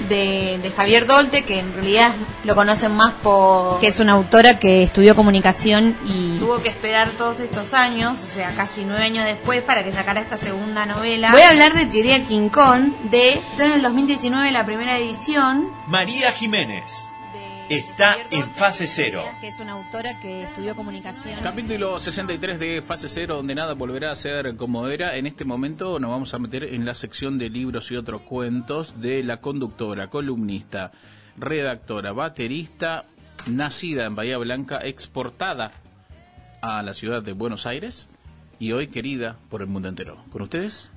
de Javier Dolte, que en realidad lo conocen más por... que es una autora que estudió comunicación y tuvo que esperar todos estos años, o sea, casi 9 años después, para que sacara esta segunda novela. Voy a hablar de Teoría King Kong, en el 2019 la primera edición. María Jiménez está en Fase Cero, que es una autora que estudió comunicación. Capítulo 63 de Fase Cero, donde nada volverá a ser como era. En este momento nos vamos a meter en la sección de libros y otros cuentos de la conductora, columnista, redactora, baterista, nacida en Bahía Blanca, exportada a la ciudad de Buenos Aires y hoy querida por el mundo entero. Con ustedes,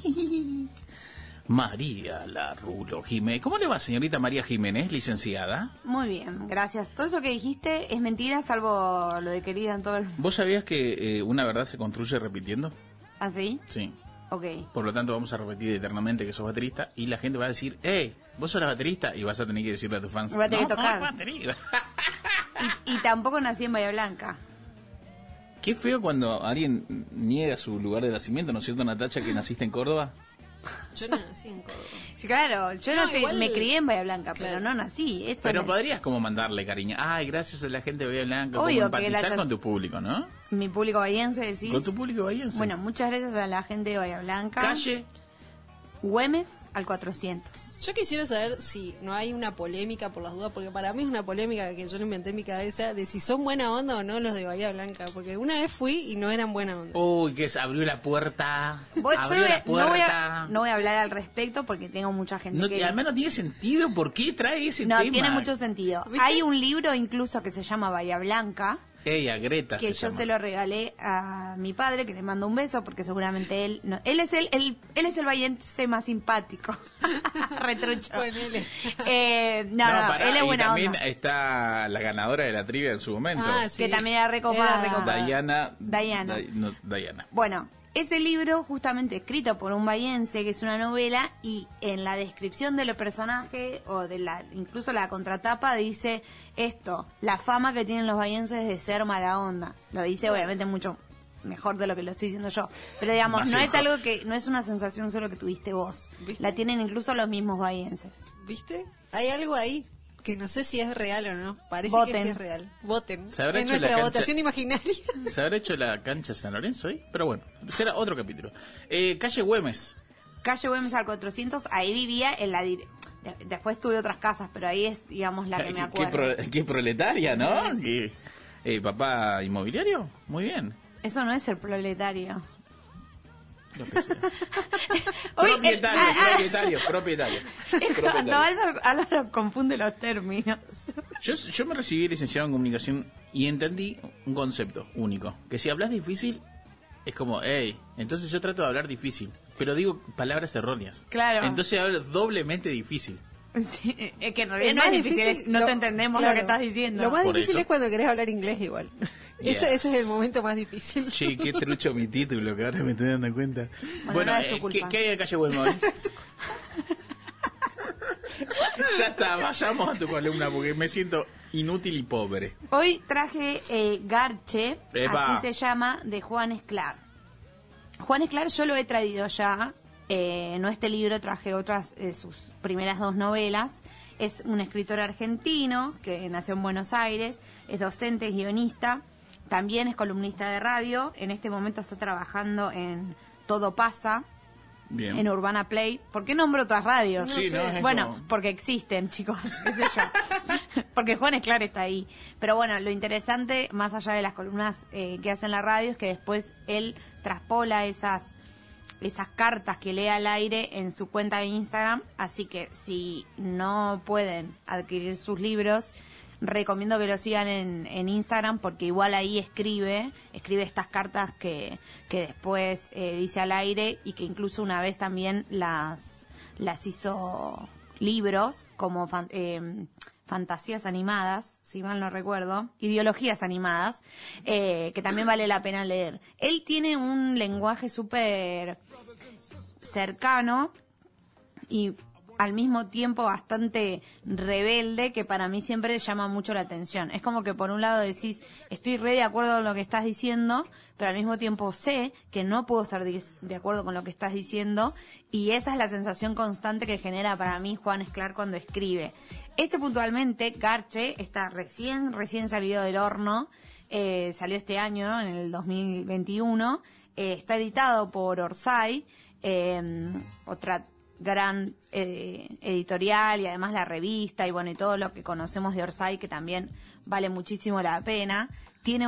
María Larulo Jiménez. ¿Cómo le va, señorita María Jiménez, licenciada? Muy bien, gracias. Todo eso que dijiste es mentira, salvo lo de querida en todo el... ¿Vos sabías que una verdad se construye repitiendo? ¿Ah, sí? Sí. Ok. Por lo tanto, vamos a repetir eternamente que sos baterista y la gente va a decir, hey, vos sos la baterista, y vas a tener que decirle a tus fans, va a tener no, que tocar. Batería. Y tampoco nací en Bahía Blanca. Qué feo cuando alguien niega su lugar de nacimiento, ¿no es cierto, Natacha, que naciste en Córdoba? Yo no nací en Córdoba. Sí, claro, yo No, nací, igual... me crié en Bahía Blanca, Claro. pero no nací. Pero podrías como mandarle cariño. Ay, gracias a la gente de Bahía Blanca, como Obvio que empatizar gracias- con tu público, ¿no? Mi público bahiense, decís. Con tu público bahiense. Bueno, muchas gracias a la gente de Bahía Blanca. Calle. Güemes al 400. Yo quisiera saber si no hay una polémica por las dudas, porque para mí es una polémica que yo lo inventé en mi cabeza, de si son buena onda o no los de Bahía Blanca, porque una vez fui y no eran buena onda. Uy, que abrió la puerta. Voy- Abrió la no, puerta. no voy a hablar al respecto porque tengo mucha gente No, que... y además no tiene sentido. ¿Por qué trae ese No, tema? tiene mucho sentido. ¿Viste? Hay un libro incluso que se llama Bahía Blanca, Ella, Greta, que yo llama. se lo regalé a mi padre, que le mando un beso porque seguramente él no, él es él es el bahiense más simpático. Retrucho. Ponele. Pará, él es y buena también onda. está la ganadora de la trivia en su momento. Ah, sí. Que también era recopada. Era recopada. Diana. Diana. Diana. Bueno, ese libro justamente escrito por un bahiense, que es una novela, y en la descripción de los personajes o de la incluso la contratapa dice esto, la fama que tienen los bahienses de ser mala onda. Lo dice obviamente mucho mejor de lo que lo estoy diciendo yo, pero digamos, Más no es mejor. algo que no es una sensación solo que tuviste vos. ¿Viste? La tienen incluso los mismos bahienses. ¿Viste? Hay algo ahí que no sé si es real o no. Parece Voten. que sí es real. Voten. ¿Se habrá Es hecho la nuestra cancha? votación imaginaria. ¿Se habrá hecho la cancha San Lorenzo hoy? Pero bueno, será otro capítulo. Calle Güemes. Calle Güemes al 400, ahí vivía en la después tuve otras casas, pero ahí es, digamos, la que me acuerdo. Qué proletaria, ¿no? Papá inmobiliario. Muy bien. Eso no es ser proletario. Lo que sea. Hoy, Propietario. es cuando Álvaro confunde los términos. Yo me recibí licenciado en comunicación y entendí un concepto único. Que si hablas difícil, es como, hey, entonces yo trato de hablar difícil, pero digo palabras erróneas. Claro. Entonces hablo doblemente difícil. Sí, es que en realidad Es no más es difícil, difícil, no lo- te entendemos claro. lo que estás diciendo. Lo más Por difícil eso. es cuando querés hablar inglés igual. Yeah. Ese es el momento más difícil. Che, qué trucho mi título, que ahora me estoy dando cuenta. Bueno, no es tu culpa. ¿qué hay de Calle Güemes hoy? Ya está, vayamos a tu columna porque me siento inútil y pobre. Hoy traje Garche, Epa. así se llama, de Juan Esclar. Juan Esclar yo lo he traído ya, no este libro, traje otras, sus primeras 2 novelas. Es un escritor argentino que nació en Buenos Aires, es docente, es guionista, también es columnista de radio, en este momento está trabajando en Todo Pasa, Bien. en Urbana Play. ¿Por qué nombro otras radios? Sí, no, es bueno, como- porque existen, chicos, qué sé yo. Porque Juan Esclar está ahí. Pero bueno, lo interesante, más allá de las columnas que hace en la radio, es que después él traspola esas cartas que lee al aire en su cuenta de Instagram. Así que si no pueden adquirir sus libros, recomiendo que lo sigan en Instagram, porque igual ahí escribe estas cartas que después dice al aire, y que incluso una vez también las hizo libros como fantasías animadas, si mal no recuerdo, ideologías animadas, que también vale la pena leer. Él tiene un lenguaje súper cercano y al mismo tiempo bastante rebelde, que para mí siempre llama mucho la atención. Es como que por un lado decís, estoy re de acuerdo con lo que estás diciendo, pero al mismo tiempo sé que no puedo estar de acuerdo con lo que estás diciendo, y esa es la sensación constante que genera para mí Juan Esclar cuando escribe. Puntualmente, Garche, está recién salido del horno, salió este año, ¿no? En el 2021, está editado por Orsay, otra gran editorial, y además la revista y bueno, y todo lo que conocemos de Orsay, que también vale muchísimo la pena. Tiene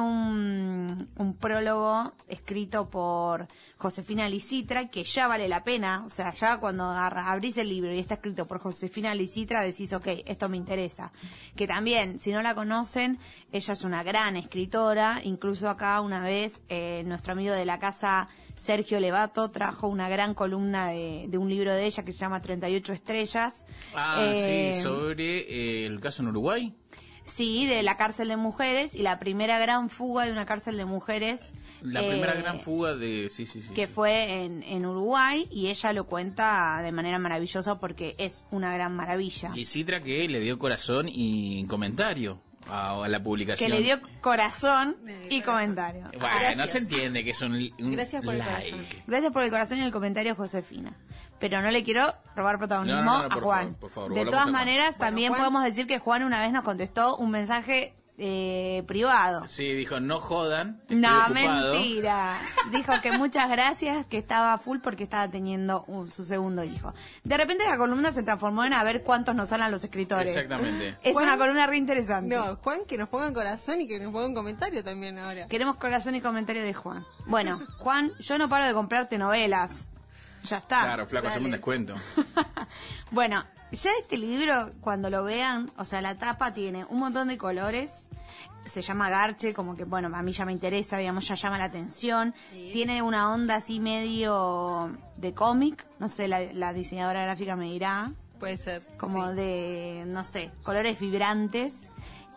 un prólogo escrito por Josefina Licitra, que ya vale la pena. O sea, ya cuando abrís el libro y está escrito por Josefina Licitra, decís, ok, esto me interesa. Que también, si no la conocen, ella es una gran escritora. Incluso acá una vez, nuestro amigo de la casa, Sergio Levato, trajo una gran columna de un libro de ella que se llama 38 estrellas. Sí, sobre el caso en Uruguay. Sí, de la cárcel de mujeres, y la primera gran fuga de una cárcel de mujeres. La primera gran fuga de... Sí. Que fue en Uruguay, y ella lo cuenta de manera maravillosa porque es una gran maravilla. Y Citra, que le dio corazón y comentario a la publicación. Que le dio corazón y comentario. Bueno, Gracias. no se entiende que es un Gracias por el like. corazón. Gracias por el corazón y el comentario, Josefina. Pero no le quiero robar protagonismo No, a Juan. por favor, De volvamos todas a Juan. maneras, también Juan. podemos decir que Juan una vez nos contestó un mensaje privado. Sí, dijo, no jodan, estoy No, ocupado. mentira. Dijo que muchas gracias, que estaba full porque estaba teniendo su segundo hijo. De repente la columna se transformó en a ver cuántos nos hablan los escritores. Exactamente. Es Juan- una columna re interesante. No, Juan, que nos pongan corazón y que nos pongan comentario también ahora. Queremos corazón y comentario de Juan. Bueno, Juan, yo no paro de comprarte novelas. Ya está. Claro, flaco, hacemos un Dale. descuento. Bueno, ya este libro, cuando lo vean, o sea, la tapa tiene un montón de colores. Se llama Garche, como que, bueno, a mí ya me interesa, digamos, ya llama la atención. Sí. Tiene una onda así medio de cómic, no sé, la diseñadora gráfica me dirá, Puede ser. como sí. de, no sé, colores vibrantes.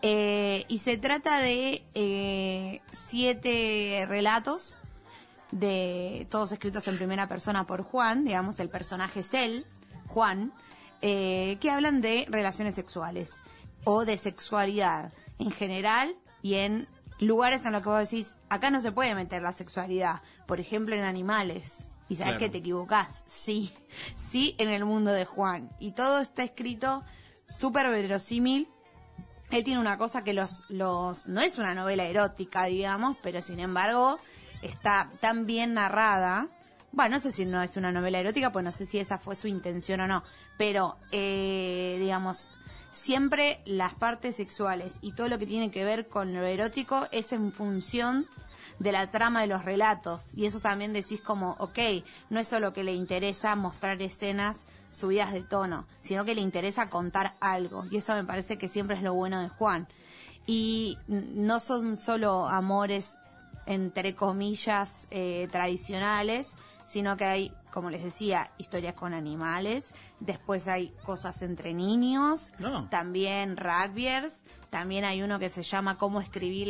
Y se trata de 7 relatos, de todos escritos en primera persona por Juan, digamos, el personaje es él, Juan, que hablan de relaciones sexuales o de sexualidad en general y en lugares en los que vos decís, acá no se puede meter la sexualidad, por ejemplo en animales. Y sabes Claro. que te equivocás, sí, en el mundo de Juan. Y todo está escrito súper verosímil. Él tiene una cosa que no es una novela erótica, digamos, pero sin embargo está tan bien narrada. Bueno, no sé si no es una novela erótica, pues no sé si esa fue su intención o no, pero digamos, siempre las partes sexuales y todo lo que tiene que ver con lo erótico es en función de la trama de los relatos, y eso también decís como, ok, no es solo que le interesa mostrar escenas subidas de tono, sino que le interesa contar algo, y eso me parece que siempre es lo bueno de Juan. Y no son solo amores, entre comillas, tradicionales, sino que hay, como les decía, historias con animales, después hay cosas entre niños, No. también rugbyers, también hay uno que se llama Cómo escribí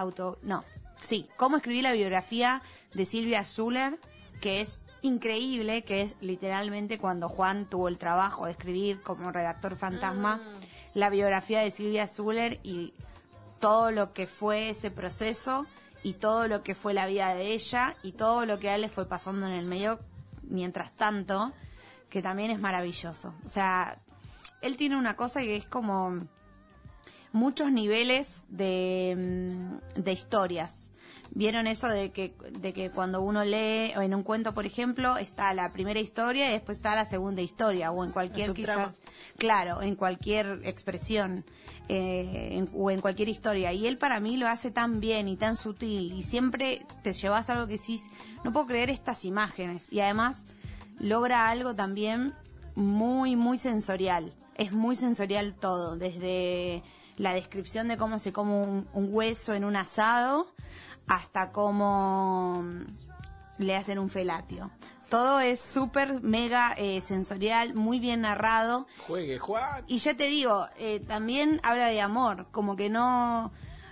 Cómo escribí la biografía de Silvia Zuller, que es increíble, que es literalmente cuando Juan tuvo el trabajo de escribir como redactor fantasma la biografía de Silvia Zuller y todo lo que fue ese proceso y todo lo que fue la vida de ella y todo lo que a él le fue pasando en el medio mientras tanto, que también es maravilloso. O sea, él tiene una cosa que es como muchos niveles de historias. ¿Vieron eso de que cuando uno lee en un cuento, por ejemplo, está la primera historia y después está la segunda historia, o en cualquier, quizás, claro, en cualquier expresión, o en cualquier historia? Y él para mí lo hace tan bien y tan sutil, y siempre te llevas algo que decís, no puedo creer estas imágenes, y además logra algo también muy, muy sensorial. Es muy sensorial todo, desde la descripción de cómo se come un hueso en un asado hasta cómo le hacen un felatio. Todo es súper mega sensorial, muy bien narrado. Juegue, Juan. Y ya te digo, también habla de amor, como que no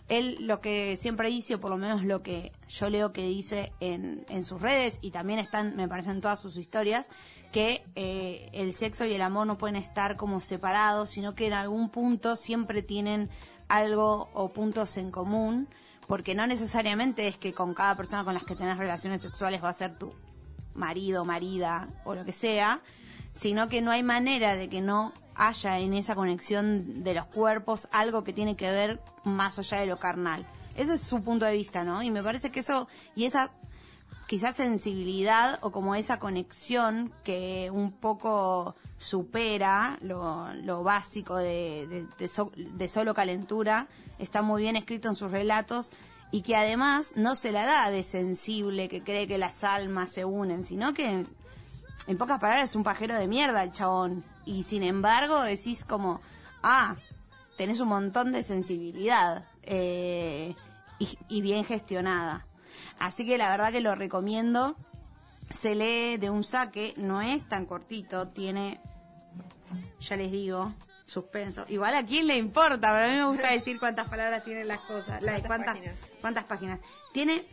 Él lo que siempre dice, o por lo menos lo que yo leo que dice en sus redes, y también están, me parecen todas sus historias, que el sexo y el amor no pueden estar como separados, sino que en algún punto siempre tienen algo o puntos en común, porque no necesariamente es que con cada persona con las que tenés relaciones sexuales va a ser tu marido, marida o lo que sea, sino que no hay manera de que no haya en esa conexión de los cuerpos algo que tiene que ver más allá de lo carnal. Ese es su punto de vista, ¿no? Y me parece que eso, y esa quizás sensibilidad o como esa conexión que un poco supera lo básico de solo calentura, está muy bien escrito en sus relatos, y que además no se la da de sensible, que cree que las almas se unen, sino que en pocas palabras es un pajero de mierda el chabón, y sin embargo decís como, tenés un montón de sensibilidad y bien gestionada. Así que la verdad que lo recomiendo. Se lee de un saque, no es tan cortito, tiene, ya les digo, suspenso. Igual a quién le importa, pero a mí me gusta decir cuántas palabras tienen las cosas. ¿Cuántas páginas? Tiene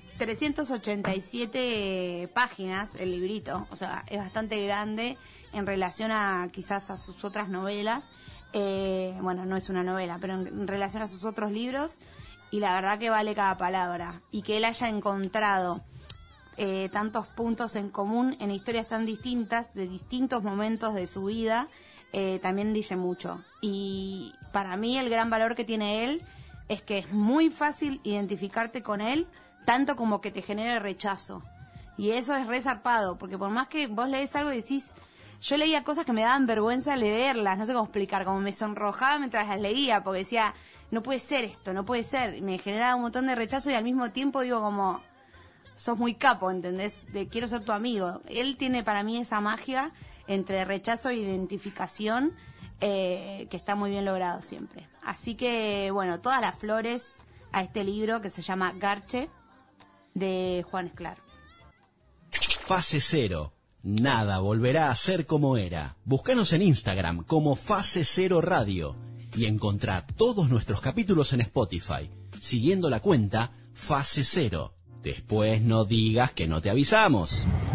387 páginas el librito, o sea, es bastante grande en relación a quizás a sus otras novelas. Bueno, no es una novela, pero en relación a sus otros libros, y la verdad que vale cada palabra. Y que él haya encontrado tantos puntos en común en historias tan distintas, de distintos momentos de su vida, también dice mucho. Y para mí el gran valor que tiene él es que es muy fácil identificarte con él, tanto como que te genere rechazo. Y eso es re zarpado, porque por más que vos lees algo y decís, yo leía cosas que me daban vergüenza leerlas, no sé cómo explicar, como me sonrojaba mientras las leía, porque decía, no puede ser esto, no puede ser. Me generaba un montón de rechazo y al mismo tiempo digo como, sos muy capo, ¿entendés? De quiero ser tu amigo. Él tiene para mí esa magia entre rechazo e identificación, que está muy bien logrado siempre. Así que, bueno, todas las flores a este libro que se llama Garche, de Juan Esclar. Fase Cero. Nada volverá a ser como era. Búscanos en Instagram como Fase Cero Radio y encontrá todos nuestros capítulos en Spotify, siguiendo la cuenta Fase Cero. Después no digas que no te avisamos.